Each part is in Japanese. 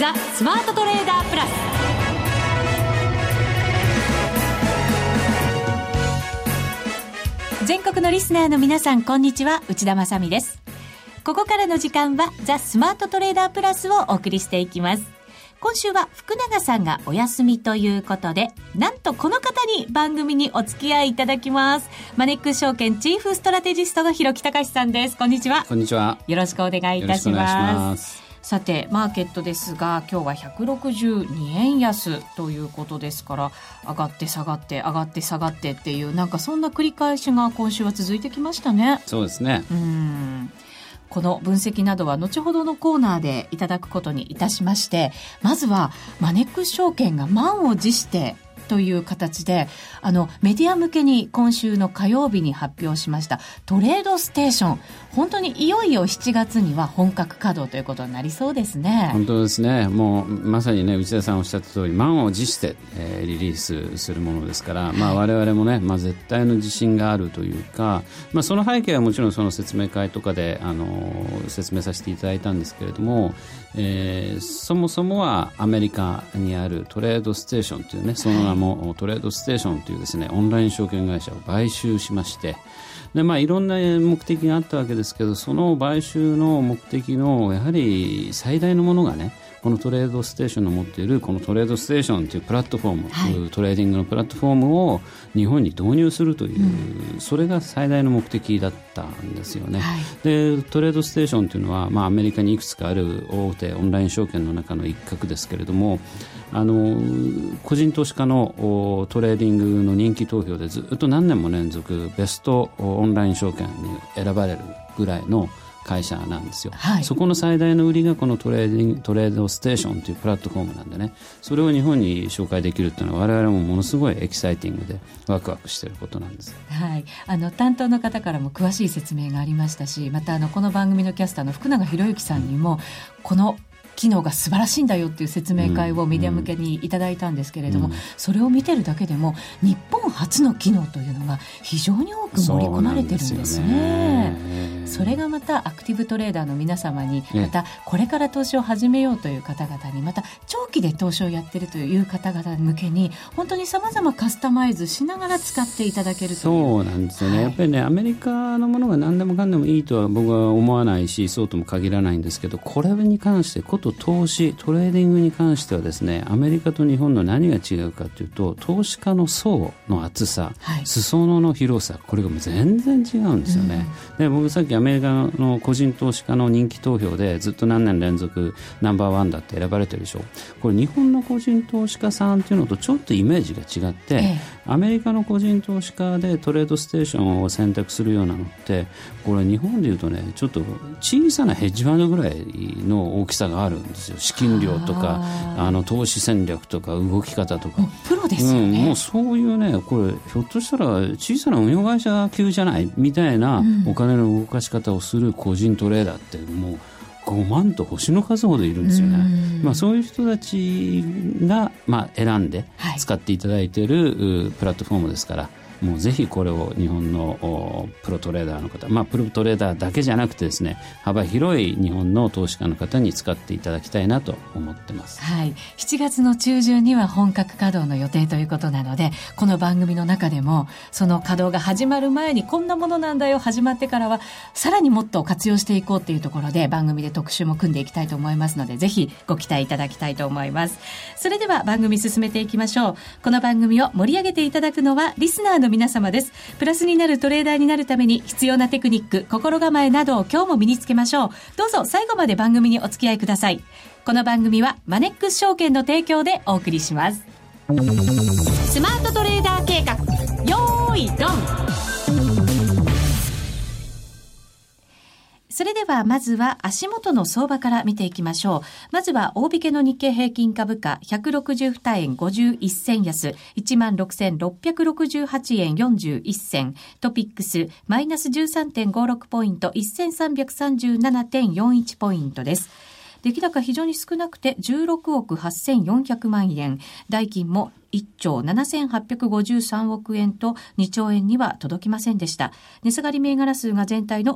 ザ・スマートトレーダープラス。全国のリスナーの皆さん、こんにちは、内田まさみです。ここからの時間はザ・スマートトレーダープラスをお送りしていきます。今週は福永さんがお休みということで、なんとこの方に番組にお付き合いいただきます。マネックス証券チーフストラテジストの広木隆さんです。こんにちは。 こんにちは。 よろしくお願いいたします。さて、マーケットですが、今日は162円安ということですから、上がって下がって上がって下がってっていう、なんかそんな繰り返しが今週は続いてきましたね。 そうですね。 この分析などは後ほどのコーナーでいただくことにいたしまして、まずはマネックス証券が満を持してという形で、メディア向けに今週の火曜日に発表しましたトレードステーション、本当にいよいよ7月には本格稼働ということになりそうですね。 本当ですね。もうまさにね、内田さんおっしゃった通り、満を持して、リリースするものですから、我々もね、絶対の自信があるというか、その背景はもちろんその説明会とかで説明させていただいたんですけれども、そもそもはアメリカにあるトレードステーションというね、その名もトレードステーションというですね、オンライン証券会社を買収しまして、でいろんな目的があったわけですけど、その買収の目的のやはり最大のものがね、このトレードステーションの持っているこのトレードステーションというプラットフォーム、トレーディングのプラットフォームを日本に導入するという、それが最大の目的だったんですよね。でトレードステーションというのは、アメリカにいくつかある大手オンライン証券の中の一角ですけれども、個人投資家のトレーディングの人気投票でずっと何年も連続ベストオンライン証券に選ばれるぐらいの会社なんですよ。そこの最大の売りがこのトレードステーションというプラットフォームなんでね、それを日本に紹介できるというのは我々もものすごいエキサイティングでワクワクしていることなんです。 担当の方からも詳しい説明がありましたし、またこの番組のキャスターの福永博之さんにもこの機能が素晴らしいんだよっていう説明会をメディア向けにいただいたんですけれども、それを見てるだけでも日本初の機能というのが非常に多く盛り込まれてるんですね。それがまたアクティブトレーダーの皆様に、またこれから投資を始めようという方々に、また長期で投資をやっているという方々向けに本当に様々カスタマイズしながら使っていただけるという。 そうなんですよね。やっぱりね、アメリカのものが何でもかんでもいいとは僕は思わないし、そうとも限らないんですけど、これに関してこと投資トレーディングに関してはですね、アメリカと日本の何が違うかというと、投資家の層の厚さ、裾野の広さ、これが全然違うんですよね。で僕さっきアメリカの個人投資家の人気投票でずっと何年連続ナンバーワンだって選ばれてるでしょ。これ日本の個人投資家さんっていうのとちょっとイメージが違って、アメリカの個人投資家でトレードステーションを選択するようなのって、これ日本でいうとね、ちょっと小さなヘッジファンドぐらいの大きさがあるんですよ。資金量とか投資戦略とか動き方とか、 プロですよね。 もうそういうね、これひょっとしたら小さな運用会社級じゃないみたいなお金の動かし方をする個人トレーダーってもう5万と星の数ほどいるんですよね。そういう人たちが、選んで使っていただいているプラットフォームですから、もうぜひこれを日本のプロトレーダーの方、プロトレーダーだけじゃなくてですね、幅広い日本の投資家の方に使っていただきたいなと思ってます。 7月の中旬には本格稼働の予定ということなので、この番組の中でもその稼働が始まる前にこんなものなんだよ、始まってからはさらにもっと活用していこうっていうところで番組で特集も組んでいきたいと思いますので、ぜひご期待いただきたいと思います。それでは番組進めていきましょう。この番組を盛り上げていただくのはリスナーの皆様です。プラスになるトレーダーになるために必要なテクニック、心構えなどを今日も身につけましょう。どうぞ最後まで番組にお付き合いください。この番組はマネックス証券の提供でお送りします。スマートトレーダー計画、よーいドン。それではまずは足元の相場から見ていきましょう。まずは大引けの日経平均株価162円51銭安 16,668 円41銭。トピックスマイナス 13.56 ポイント 1337.41 ポイントです。 出来高非常に少なくて16億8400万円、代金も1兆7853億円と2兆円には届きませんでした。値下がり銘柄数が全体の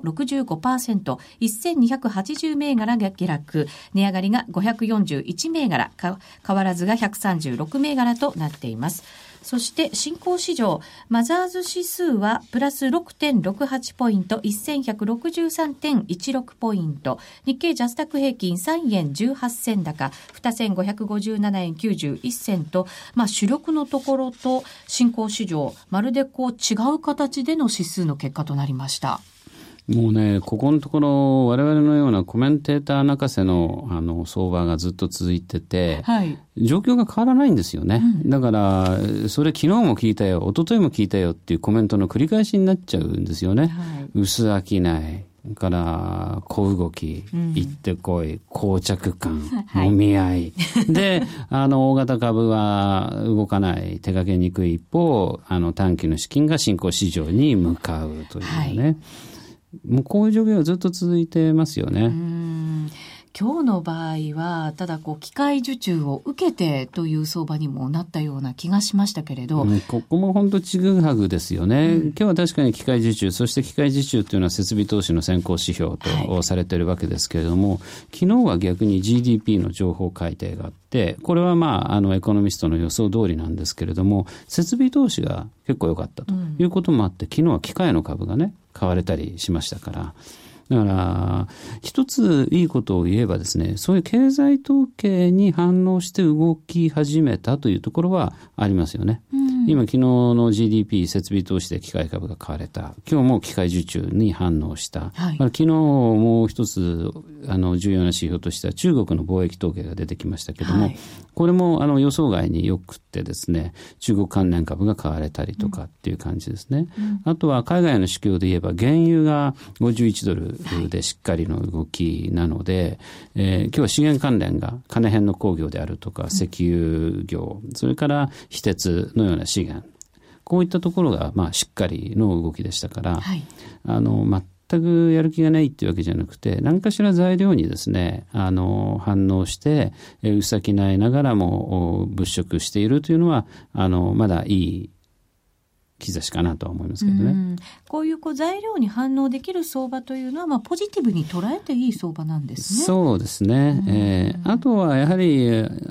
65%、1280銘柄が下落、値上がりが541銘柄、変わらずが136銘柄となっています。そして新興市場マザーズ指数はプラス 6.68 ポイント、1163.16 ポイント、日経ジャスタック平均3円18銭高、2557円91銭と、主力のところと新興市場まるで違う形での指数の結果となりました。 もうね、ここのところ我々のようなコメンテーター泣かせの相場がずっと続いてて、はい、状況が変わらないんですよね、だからそれ昨日も聞いたよ、一昨日も聞いたよっていうコメントの繰り返しになっちゃうんですよね、はい、薄商いから小動き、行ってこい、膠着感、もみ合いで大型株は動かない、手掛けにくい一方、短期の資金が新興市場に向かうというね、はい、もうこういう状況がずっと続いてますよね。 今日の場合はただ機械受注を受けてという相場にもなったような気がしましたけれど、 ここも本当ちぐはぐですよね、今日は確かに機械受注、そして機械受注というのは設備投資の先行指標とされているわけですけれども、昨日は逆に GDP の情報改定があって、これはエコノミストの予想通りなんですけれども、設備投資が結構良かったということもあって、昨日は機械の株がね買われたりしましたから、だから一ついいことを言えばですね、そういう経済統計に反応して動き始めたというところはありますよね、今昨日の GDP 設備投資で機械株が買われた、今日も機械受注に反応した、はい、昨日もう一つ重要な指標としては中国の貿易統計が出てきましたけども、はい、これも予想外によくってですね、中国関連株が買われたりとかっていう感じですね、あとは海外の指標で言えば原油が51ドルでしっかりの動きなので、今日は資源関連が金編の工業であるとか石油業、それから非鉄のような資源、こういったところがしっかりの動きでしたから、はい、全くやる気がないっていうわけじゃなくて、何かしら材料にですね反応して薄商いながらも物色しているというのはまだいい兆しかなとは思いますけどね。 こういう材料に反応できる相場というのは、ポジティブに捉えていい相場なんですね。 そうですね、あとはやはり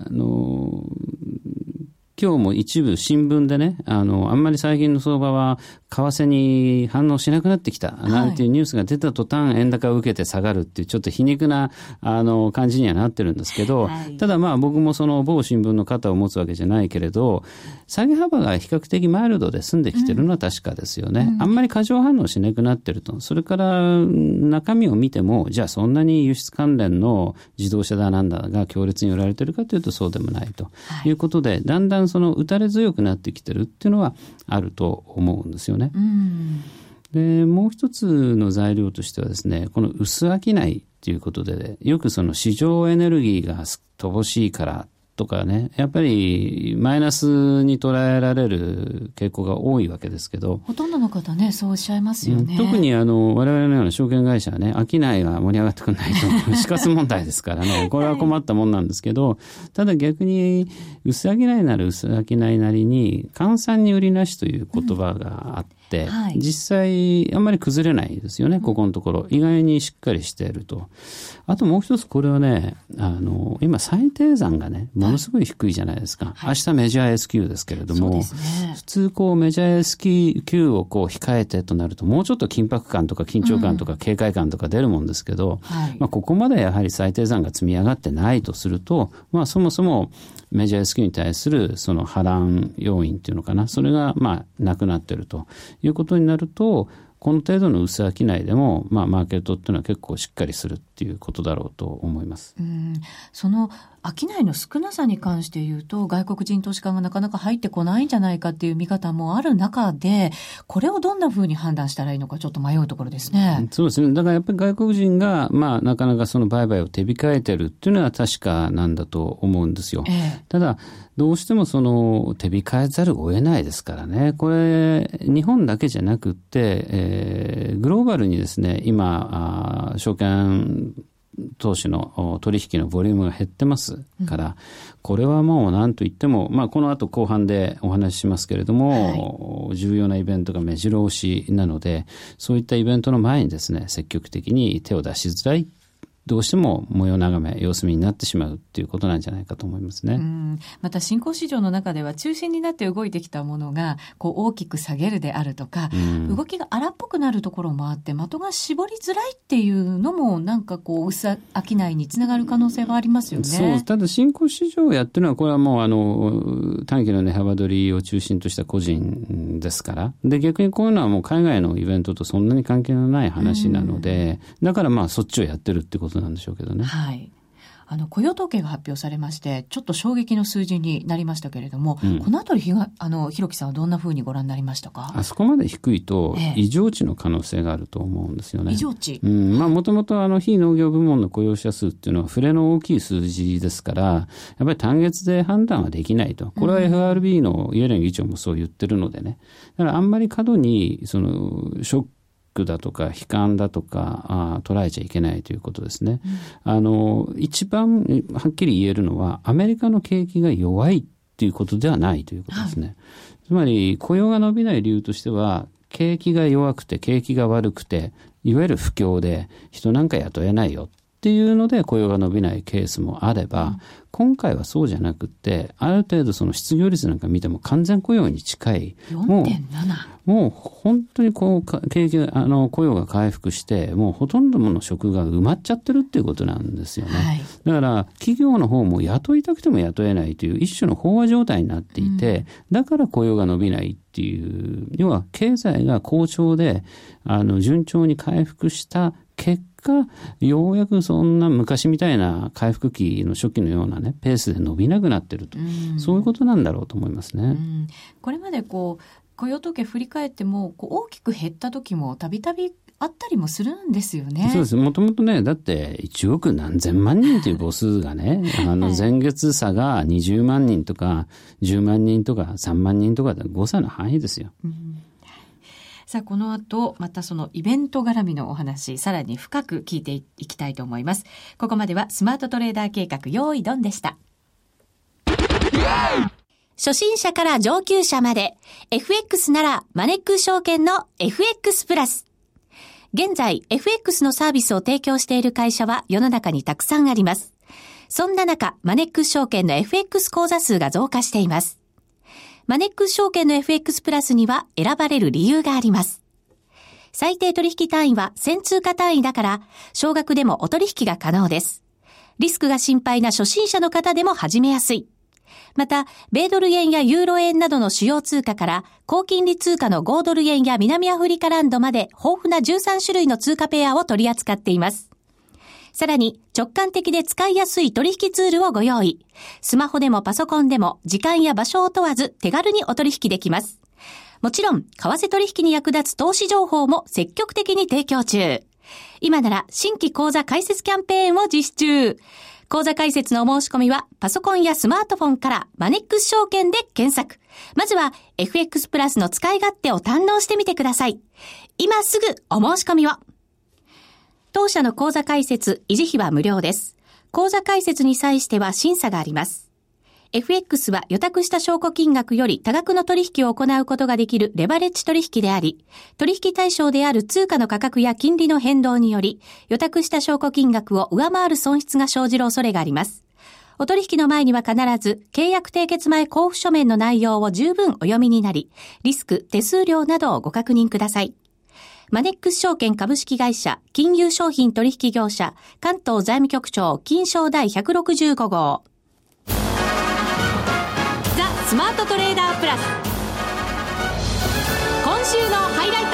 今日も一部新聞でね、あんまり最近の相場は為替に反応しなくなってきたなんていうニュースが出た途端、円高を受けて下がるっていうちょっと皮肉な感じにはなってるんですけど、はい、ただ僕もその某新聞の肩を持つわけじゃないけれど、下げ幅が比較的マイルドで済んできてるのは確かですよね、あんまり過剰反応しなくなってると。それから中身を見ても、じゃあそんなに輸出関連の自動車だなんだが強烈に売られてるかというとそうでもないということで、だんだん打たれ強くなってきてるっていうのはあると思うんですよね。でもう一つの材料としてはですね、この薄商いということで、よく市場エネルギーが乏しいからとかね、やっぱりマイナスに捉えられる傾向が多いわけですけど、 ほとんどの方ねそうおっしゃいますよね。 特に我々のような証券会社はね、商いが盛り上がってくれないと死活問題ですからねこれは困ったもんなんですけど、ただ逆に薄商いなら薄商いなりに換算に売りなしという言葉があって、はい、実際あんまり崩れないですよね。ここのところ意外にしっかりしていると。あともう一つ、これはね今最低算がねものすごい低いじゃないですか、はい、明日メジャー S q ですけれども、ね、普通メジャー S q を控えてとなると、もうちょっと緊迫感とか緊張感とか警戒感とか出るもんですけど、ここまでやはり最低算が積み上がってないとすると、そもそもメジャー S q に対する波乱要因っていうのかな、それがなくなっているということになると、この程度の薄商いでも、マーケットっていうのは結構しっかりするっていうことだろうと思います。 その商いの少なさに関して言うと、外国人投資家がなかなか入ってこないんじゃないかっていう見方もある中で、これをどんなふうに判断したらいいのかちょっと迷うところですね。 そうですね。だからやっぱり外国人が、なかなかその売買を手控えてるっていうのは確かなんだと思うんですよ。ただどうしても手控えざるを得ないですからね。これ日本だけじゃなくって、グローバルにですね、今証券投資の取引のボリュームが減ってますから、これはもう何と言っても、この後後半でお話ししますけれども、重要なイベントが目白押しなので、そういったイベントの前にですね、積極的に手を出しづらい、どうしても模様眺め、様子見になってしまうっていうことなんじゃないかと思いますね。 また新興市場の中では中心になって動いてきたものが大きく下げるであるとか、動きが荒っぽくなるところもあって的が絞りづらいっていうのもなんか薄商いにつながる可能性がありますよね。 そう、ただ新興市場をやってるのはこれはもう短期の値幅取りを中心とした個人ですから、で逆にこういうのはもう海外のイベントとそんなに関係のない話なので、だからそっちをやってるってことなんでしょうけどね。 はい。雇用統計が発表されましてちょっと衝撃の数字になりましたけれども、このあたり弘樹さんはどんなふうにご覧になりましたか？ あそこまで低いと異常値の可能性があると思うんですよね。 異常値、 もともと非農業部門の雇用者数っていうのは触れの大きい数字ですから、やっぱり単月で判断はできないと。これは FRB のイエレン議長もそう言ってるのでね。だからあんまり過度にショックだとか悲観だとか捉えちゃいけないということですね。一番はっきり言えるのはアメリカの景気が弱いっていうことではないということですね。つまり雇用が伸びない理由としては景気が弱くて景気が悪くていわゆる不況で人なんか雇えないよっていうので雇用が伸びないケースもあれば、今回はそうじゃなくてある程度失業率なんか見ても完全雇用に近い 4.7 もう本当に景気雇用が回復してもうほとんどの職が埋まっちゃってるっていうことなんですよね。だから企業の方も雇いたくても雇えないという一種の飽和状態になっていて、だから雇用が伸びないっていう要は経済が好調で順調に回復した結果ようやくそんな昔みたいな回復期の初期のようなねペースで伸びなくなってると、そういうことなんだろうと思いますね。 これまで雇用統計振り返っても大きく減った時もたびたびあったりもするんですよね。 そうです。もともとね、だって1億何千万人という母数がね、前月差が20万人とか10万人とか3万人とかで誤差の範囲ですよ。 さあこの後またそのイベント絡みのお話さらに深く聞いていきたいと思います。ここまではスマートトレーダー計画用意ドンでした。初心者から上級者まで FX ならマネックス証券の FX プラス。現在 FX のサービスを提供している会社は世の中にたくさんあります。そんな中マネックス証券の FX 口座数が増加しています。マネックス証券の FX プラスには選ばれる理由があります。最低取引単位は1000通貨単位だから少額でもお取引が可能です。リスクが心配な初心者の方でも始めやすい。また、米ドル円やユーロ円などの主要通貨から高金利通貨の5ドル円や南アフリカランドまで豊富な13種類の通貨ペアを取り扱っています。さらに直感的で使いやすい取引ツールをご用意。スマホでもパソコンでも時間や場所を問わず手軽にお取引できます。もちろん、為替取引に役立つ投資情報も積極的に提供中。今なら新規口座開設キャンペーンを実施中。口座開設のお申し込みはパソコンやスマートフォンからマネックス証券で検索。まずは FX プラスの使い勝手を堪能してみてください。今すぐお申し込みを。当社の口座開設、維持費は無料です。口座開設に際しては審査があります。FX は予託した証拠金額より多額の取引を行うことができるレバレッジ取引であり、取引対象である通貨の価格や金利の変動により、予託した証拠金額を上回る損失が生じる恐れがあります。お取引の前には必ず、契約締結前交付書面の内容を十分お読みになり、リスク、手数料などをご確認ください。マネックス証券株式会社、金融商品取引業者、関東財務局長、金商第165号。スマートトレーダープラス。今週のハイライト。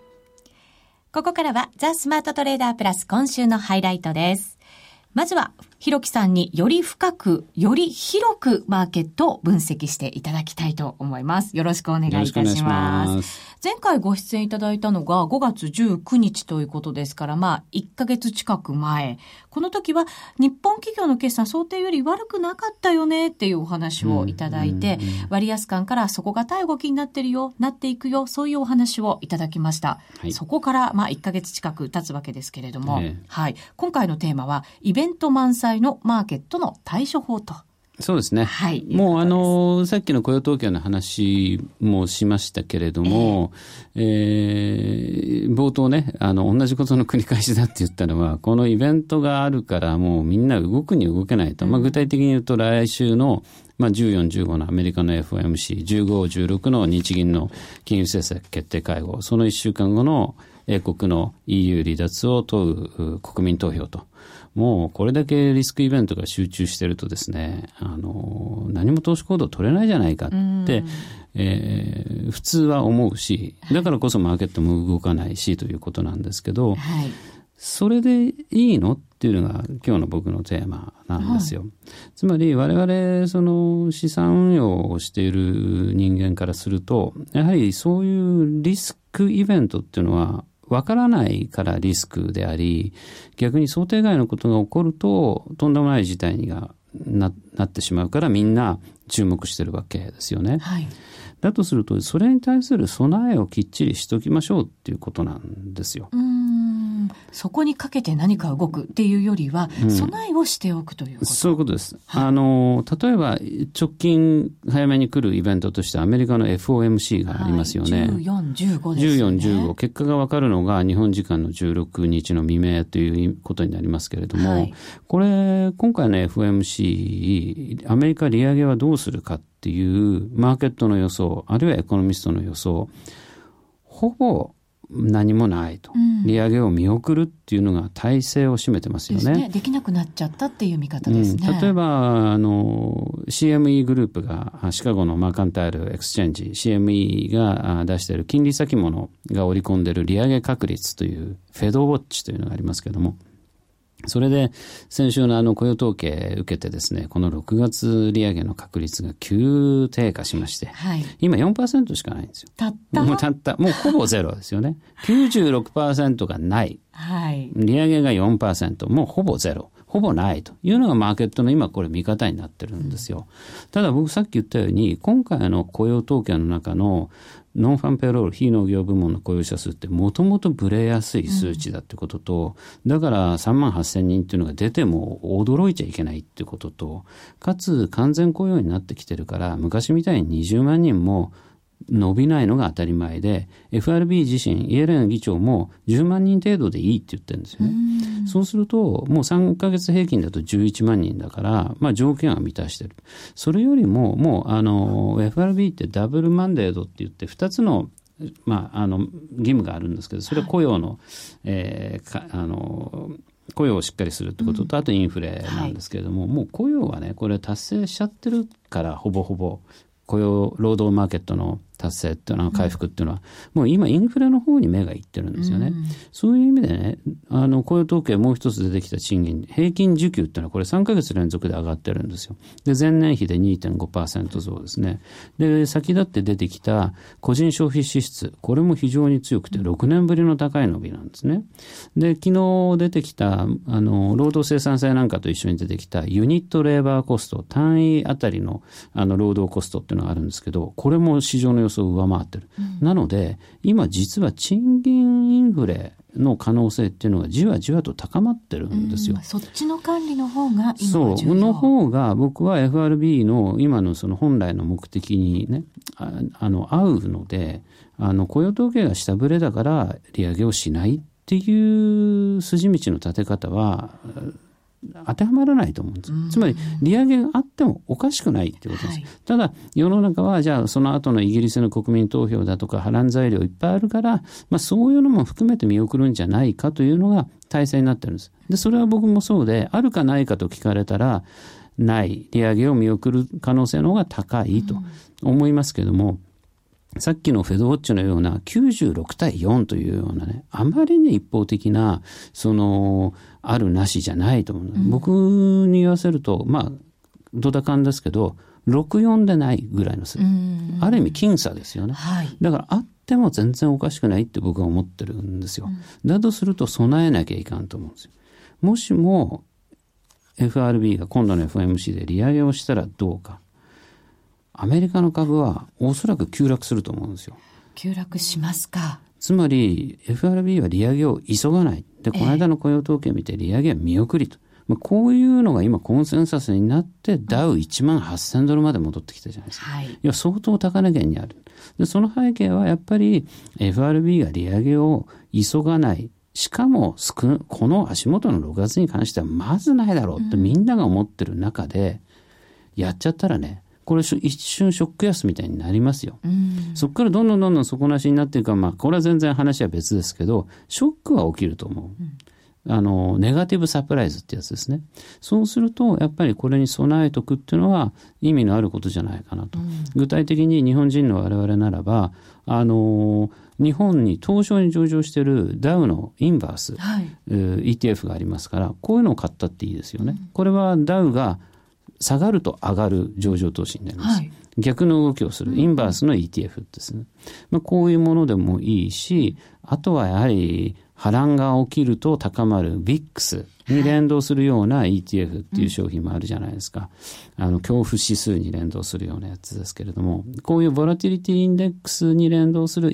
ここからはザ・スマートトレーダープラス今週のハイライトです。まずはひろきさんにより深く、より広くマーケットを分析していただきたいと思います。よろしくお願いいたします。前回ご出演いただいたのが5月19日ということですから、1ヶ月近く前。この時は日本企業の決算想定より悪くなかったよねっていうお話をいただいて、割安感から底堅い動きになってるよ、なっていくよ、そういうお話をいただきました。はい、そこから1ヶ月近く経つわけですけれども、はい、今回のテーマはイベント満載のマーケットの対処法と。 そうですね。はい。もうさっきの雇用統計の話もしましたけれども、冒頭ね、同じことの繰り返しだって言ったのは、このイベントがあるからもうみんな動くに動けないと。具体的に言うと来週の14、15のアメリカの FOMC、15、16の日銀の金融政策決定会合、その1週間後の英国の EU 離脱を問う国民投票と。もうこれだけリスクイベントが集中しているとですね、何も投資行動取れないじゃないかって、普通は思うし、だからこそマーケットも動かないしということなんですけど、はい、それでいいのっていうのが今日の僕のテーマなんですよ。つまり我々その資産運用をしている人間からすると、やはりそういうリスクイベントっていうのはわからないからリスクであり、逆に想定外のことが起こるととんでもない事態になってしまうからみんな注目してるわけですよね。はい、だとするとそれに対する備えをきっちりしておきましょうっていうことなんですよ。 そこにかけて何か動くっていうよりは、備えをしておくということ。 そういうことです。はい、例えば直近早めに来るイベントとしてアメリカの FOMC がありますよね。はい、 14、15ですね。 14、15。結果が分かるのが日本時間の16日の未明ということになりますけれども、はい、これ今回の FOMC アメリカ利上げはどうするかっていうマーケットの予想、あるいはエコノミストの予想、ほぼ何もないと、利上げを見送るっていうのが大勢を占めてますよ ね。 できなくなっちゃったっていう見方ですね。 例えばCME グループがシカゴのマーカンタイルエクスチェンジ CME が出している金利先物が織り込んでいる利上げ確率というフェドウォッチというのがありますけれども、それで先週の雇用統計受けてですね、この6月利上げの確率が急低下しまして、はい、今 4% しかないんですよ。たったもうほぼゼロですよね。96% がない、はい、利上げが 4%、 もうほぼゼロ、ほぼないというのがマーケットの今これ見方になってるんですよ。ただ僕さっき言ったように今回の雇用統計の中のノンファンペロール非農業部門の雇用者数ってもともとブレやすい数値だってことと、だから38,000人っていうのが出ても驚いちゃいけないってことと、かつ完全雇用になってきてるから昔みたいに20万人も伸びないのが当たり前で、 FRB 自身イエレン議長も10万人程度でいいって言ってるんですよね。そうするともう3ヶ月平均だと11万人だから、条件は満たしてる。それよりももうFRB ってダブルマンデートって言って2つの義務があるんですけど、それは雇用の、雇用をしっかりするってことと、あとインフレなんですけれども、もう雇用はねこれ達成しちゃってるから、ほぼほぼ雇用労働マーケットの達成っていうのは回復っていうのは、もう今インフレの方に目がいってるんですよね。そういう意味でね、雇用統計もう一つ出てきた賃金平均時給っていうのはこれ3ヶ月連続で上がってるんですよ。で前年比で 2.5% 増ですね。で先立って出てきた個人消費支出、これも非常に強くて6年ぶりの高い伸びなんですね。で昨日出てきた労働生産性なんかと一緒に出てきたユニットレーバーコスト、単位あたりの労働コストっていうのがあるんですけど、これも市場の予想を上回ってる。なので今実は賃金インフレの可能性っていうのがじわじわと高まってるんですよ。 そっちの管理の方が今は重要。 そうの方が僕は FRB の今のその本来の目的にね合うので、雇用統計が下振れだから利上げをしないっていう筋道の立て方は当てはまらないと思うんです。つまり利上げがあってもおかしくないってことです。はい、ただ世の中はじゃあその後のイギリスの国民投票だとか波乱材料いっぱいあるから、そういうのも含めて見送るんじゃないかというのが体制になってるんです。でそれは僕もそうで、あるかないかと聞かれたらない、利上げを見送る可能性の方が高いと思いますけども、 さっきのフェドウォッチのような96対4というようなね、あまりに一方的な、あるなしじゃないと思う。僕に言わせると、ドタカンですけど、64でないぐらいの数。ある意味僅差ですよね。 はい、 だからあっても全然おかしくないって僕は思ってるんですよ。だとすると備えなきゃいかんと思うんですよ。もしも FRB が今度の FOMC で利上げをしたらどうか。アメリカの株はおそらく急落すると思うんですよ。 急落しますか。 つまり FRB は利上げを急がない。で、この間の雇用統計見て利上げは見送りと。こういうのが今コンセンサスになってダウ18,000ドルまで戻ってきたじゃないですか。はい、いや相当高値圏にある。で、その背景はやっぱり FRB が利上げを急がない。しかもこの足元の6月に関してはまずないだろうってみんなが思ってる中でやっちゃったらね、これ一瞬ショック安みたいになりますよ。そこからどんどん底なしになっていくか、これは全然話は別ですけど、ショックは起きると思う。ネガティブサプライズってやつですね。そうするとやっぱりこれに備えとくっていうのは意味のあることじゃないかなと。具体的に日本人の我々ならば日本に東証に上場しているダウのインバース、ETF がありますから、こういうのを買ったっていいですよね。これはダウが下がると上がる上場投資になります。逆の動きをするインバースの ETF ですね。こういうものでもいいし、あとはやはり波乱が起きると高まる VIX に連動するような ETF っていう商品もあるじゃないですか。恐怖指数に連動するようなやつですけれども、こういうボラティリティインデックスに連動する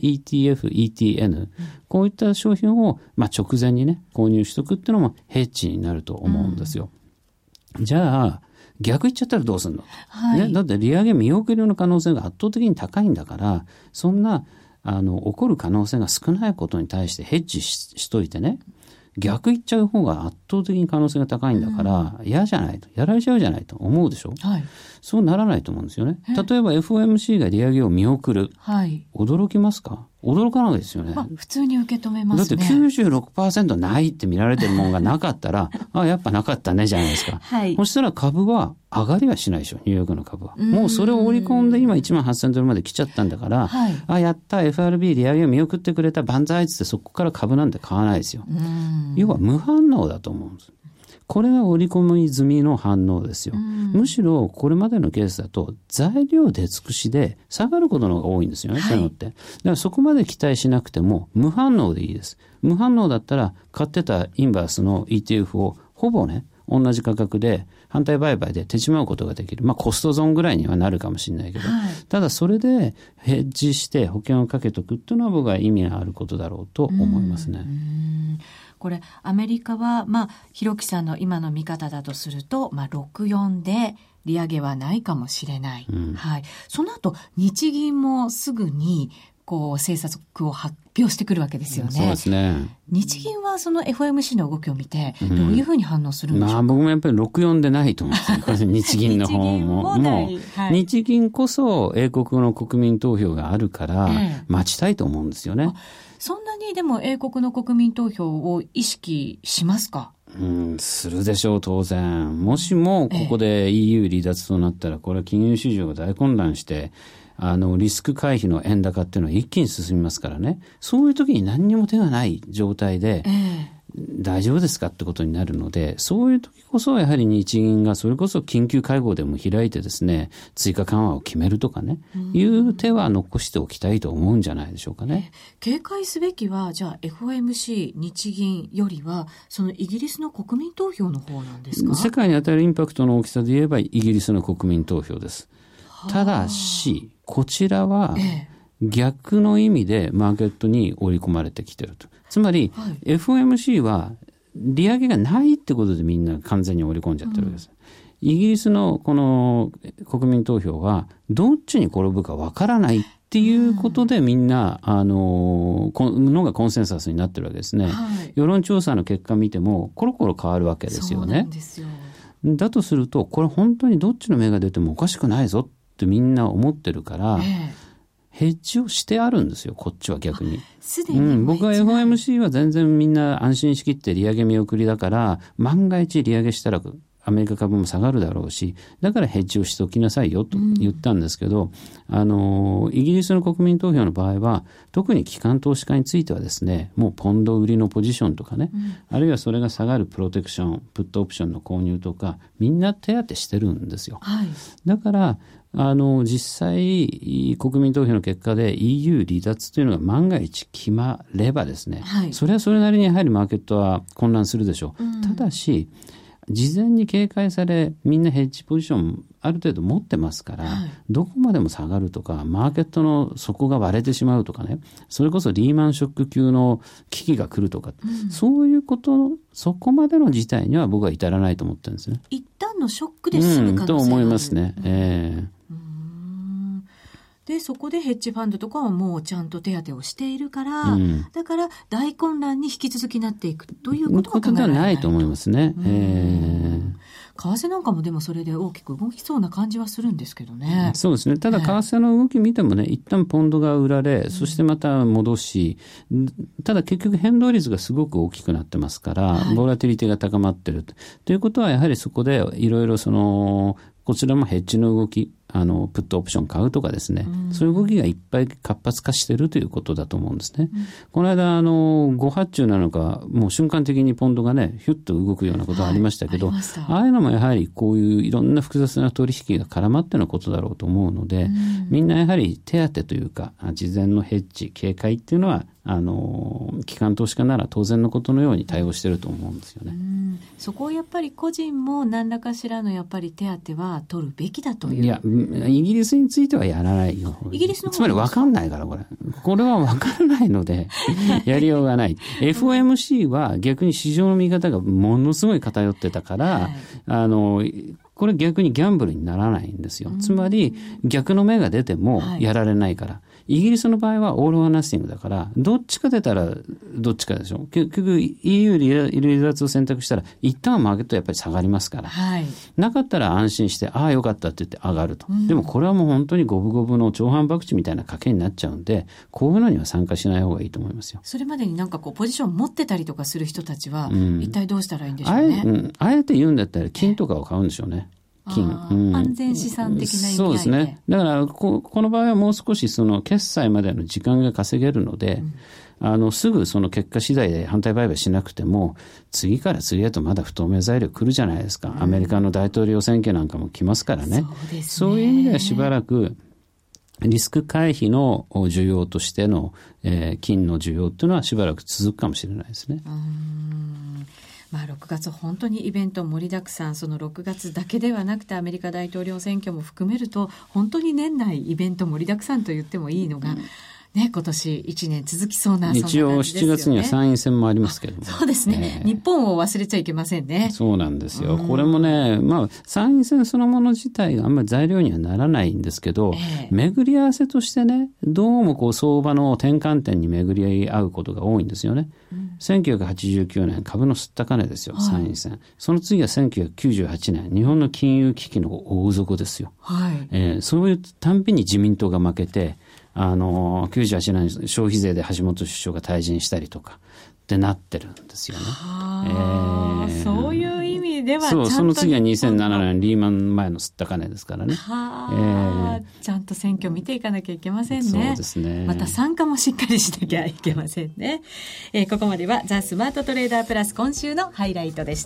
ETF、ETN、こういった商品を直前にね購入しとくっていうのもヘッジになると思うんですよ。じゃあ逆言っちゃったらどうするの、だって利上げ見送りの可能性が圧倒的に高いんだから、そんな起こる可能性が少ないことに対してヘッジ しといてね、逆言っちゃう方が圧倒的に可能性が高いんだから、嫌じゃないと、やられちゃうじゃないと思うでしょ。そうならないと思うんですよね。例えば FOMC が利上げを見送る、驚きますか？驚かないですよね。 普通に受け止めますね。 だって 96% ないって見られてるものがなかったらやっぱなかったねじゃないですか。そしたら株は上がりはしないでしょ、ニューヨークの株は。もうそれを織り込んで今18,000ドルまで来ちゃったんだから、やった FRB 利上げを見送ってくれた万歳ってそこから株なんて買わないですよ。要は無反応だと思うんです。これが織り込み済みの反応ですよ。むしろこれまでのケースだと材料出尽くしで下がることの方が多いんですよね、そういうのって。だからそこまで期待しなくても無反応でいいです。無反応だったら買ってたインバースの ETF をほぼね同じ価格で反対売買で手締まうことができる。コストゾーンぐらいにはなるかもしれないけど、ただそれでヘッジして保険をかけとくっていうのは僕は意味があることだろうと思いますね。 これアメリカは弘樹さんの今の見方だとすると、64で利上げはないかもしれない、その後日銀もすぐに政策を発表してくるわけですよね。 そうですね。 日銀はその FOMC の動きを見てどういうふうに反応するんでしょうか。 僕もやっぱり64でないと思うんですよ。日銀の方も日銀こそ英国の国民投票があるから待ちたいと思うんですよね。 そんなにでも英国の国民投票を意識しますか？ するでしょう、当然。もしもここで EU 離脱となったら、これは金融市場が大混乱してリスク回避の円高っていうのは一気に進みますからね。そういう時に何にも手がない状態で、大丈夫ですかってことになるので、そういう時こそやはり日銀がそれこそ緊急会合でも開いてですね、追加緩和を決めるとかね、いう手は残しておきたいと思うんじゃないでしょうかね。 警戒すべきはじゃあ FOMC 日銀よりはそのイギリスの国民投票の方なんですか？ 世界に与えるインパクトの大きさで言えばイギリスの国民投票です。ただしこちらは逆の意味でマーケットに織り込まれてきていると。つまり、FOMC は利上げがないってことでみんな完全に織り込んじゃってるわけです。イギリスのこの国民投票はどっちに転ぶかわからないっていうことでみんなのがコンセンサスになってるわけですね。世論調査の結果見てもコロコロ変わるわけですよね。そうなんですよ。だとするとこれ本当にどっちの芽が出てもおかしくないぞってみんな思ってるから、ヘッジをしてあるんですよ、こっちは逆に。僕は FOMC は全然みんな安心しきって利上げ見送りだから、万が一利上げしたらアメリカ株も下がるだろうし、だからヘッジをしておきなさいよと言ったんですけど、イギリスの国民投票の場合は特に機関投資家についてはですね、もうポンド売りのポジションとかね、あるいはそれが下がるプロテクション、プットオプションの購入とか、みんな手当てしてるんですよ。だから実際国民投票の結果で EU 離脱というのが万が一決まればですね、それはそれなりにやはりマーケットは混乱するでしょう。ただし事前に警戒され、みんなヘッジポジションある程度持ってますから、どこまでも下がるとか、マーケットの底が割れてしまうとかね、それこそリーマンショック級の危機が来るとか、そういうこと、そこまでの事態には僕は至らないと思ってるんですね。 一旦のショックで済む可能性がある、 と思いますね。 でそこでヘッジファンドとかはもうちゃんと手当てをしているから、だから大混乱に引き続きなっていくということは考えられない。 ことではないと思いますね。 為替なんかもでもそれで大きく動きそうな感じはするんですけどね。 そうですね。ただ為替の動き見てもね、一旦ポンドが売られ、そしてまた戻し、ただ結局変動率がすごく大きくなってますから、ボラティリティが高まってるということは、やはりそこでいろいろこちらもヘッジの動き、プットオプション買うとかですね、そういう動きがいっぱい活発化しているということだと思うんですね。この間誤発注なのか、もう瞬間的にポンドがねヒュッと動くようなことがありましたけど、ああいうのもやはりこういういろんな複雑な取引が絡まってのことだろうと思うので、みんなやはり手当というか事前のヘッジ警戒っていうのは機関投資家なら当然のことのように対応していると思うんですよね。 そこをやっぱり個人も何らかしらのやっぱり手当は取るべきだという。 いや、イギリスについてはやらないよ。 イギリスの方つまり分かんないから、これは分からないのでやりようがない。FOMC は逆に市場の見方がものすごい偏ってたから、これ逆にギャンブルにならないんですよ。つまり逆の目が出てもやられないから。イギリスの場合はオール・オア・ナッシングだから、どっちか出たらどっちかでしょ。結局 EU 離脱を選択したら一旦はマーケットはやっぱり下がりますから、なかったら安心してああよかったって言って上がると、でもこれはもう本当に五分五分の長反博打みたいな賭けになっちゃうんで、こういうのには参加しない方がいいと思いますよ。 それまでになんかこうポジション持ってたりとかする人たちは、一体どうしたらいいんでしょうね。 あえて言うんだったら金とかを買うんでしょうね。 安全資産的な意味合いで。 そうですね。だからこの場合はもう少し決済までの時間が稼げるので、すぐその結果次第で反対売買しなくても、次から次へとまだ不透明材料来るじゃないですか。アメリカの大統領選挙なんかも来ますからね。そういう意味ではしばらくリスク回避の需要としての、金の需要というのはしばらく続くかもしれないですね。 6月本当にイベント盛りだくさん。その6月だけではなくてアメリカ大統領選挙も含めると本当に年内イベント盛りだくさんと言ってもいいのが、今年1年続きそうな、そんな感じですよね。一応7月には参院選もありますけども、そうですね、日本を忘れちゃいけませんね。 そうなんですよ。これもね、参院選そのもの自体があんまり材料にはならないんですけど、巡り合わせとしてね、どうも相場の転換点に巡り合うことが多いんですよね。1989年株のすった金ですよ、参院選。その次は1998年日本の金融危機の大底ですよ。そういうたんびに自民党が負けて、98年消費税で橋本首相が退陣したりとかってなってるんですよね。 そういう意味ではその次は2007年リーマン前のすった金ですからね。 ちゃんと選挙見ていかなきゃいけませんね。 そうですね。 また参加もしっかりしなきゃいけませんね。ここまではザ・スマートトレーダープラス今週のハイライトでした。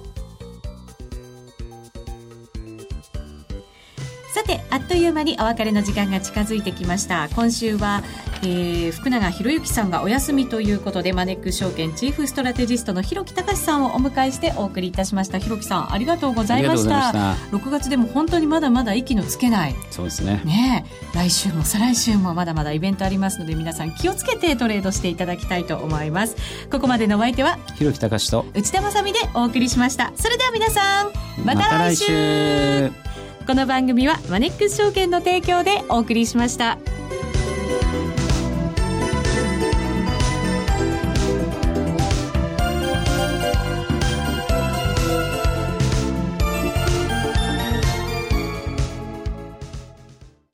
さて、あっという間にお別れの時間が近づいてきました。今週は、福永博之さんがお休みということで、マネックス証券チーフストラテジストの広木隆さんをお迎えしてお送りいたしました。広木さん、ありがとうございました。6月でも本当にまだまだ息のつけない。 そうですね。 来週も再来週もまだまだイベントありますので、皆さん気をつけてトレードしていただきたいと思います。ここまでのお相手は広木隆と内田まさみでお送りしました。それでは皆さん、また来週。この番組はマネックス証券の提供でお送りしました。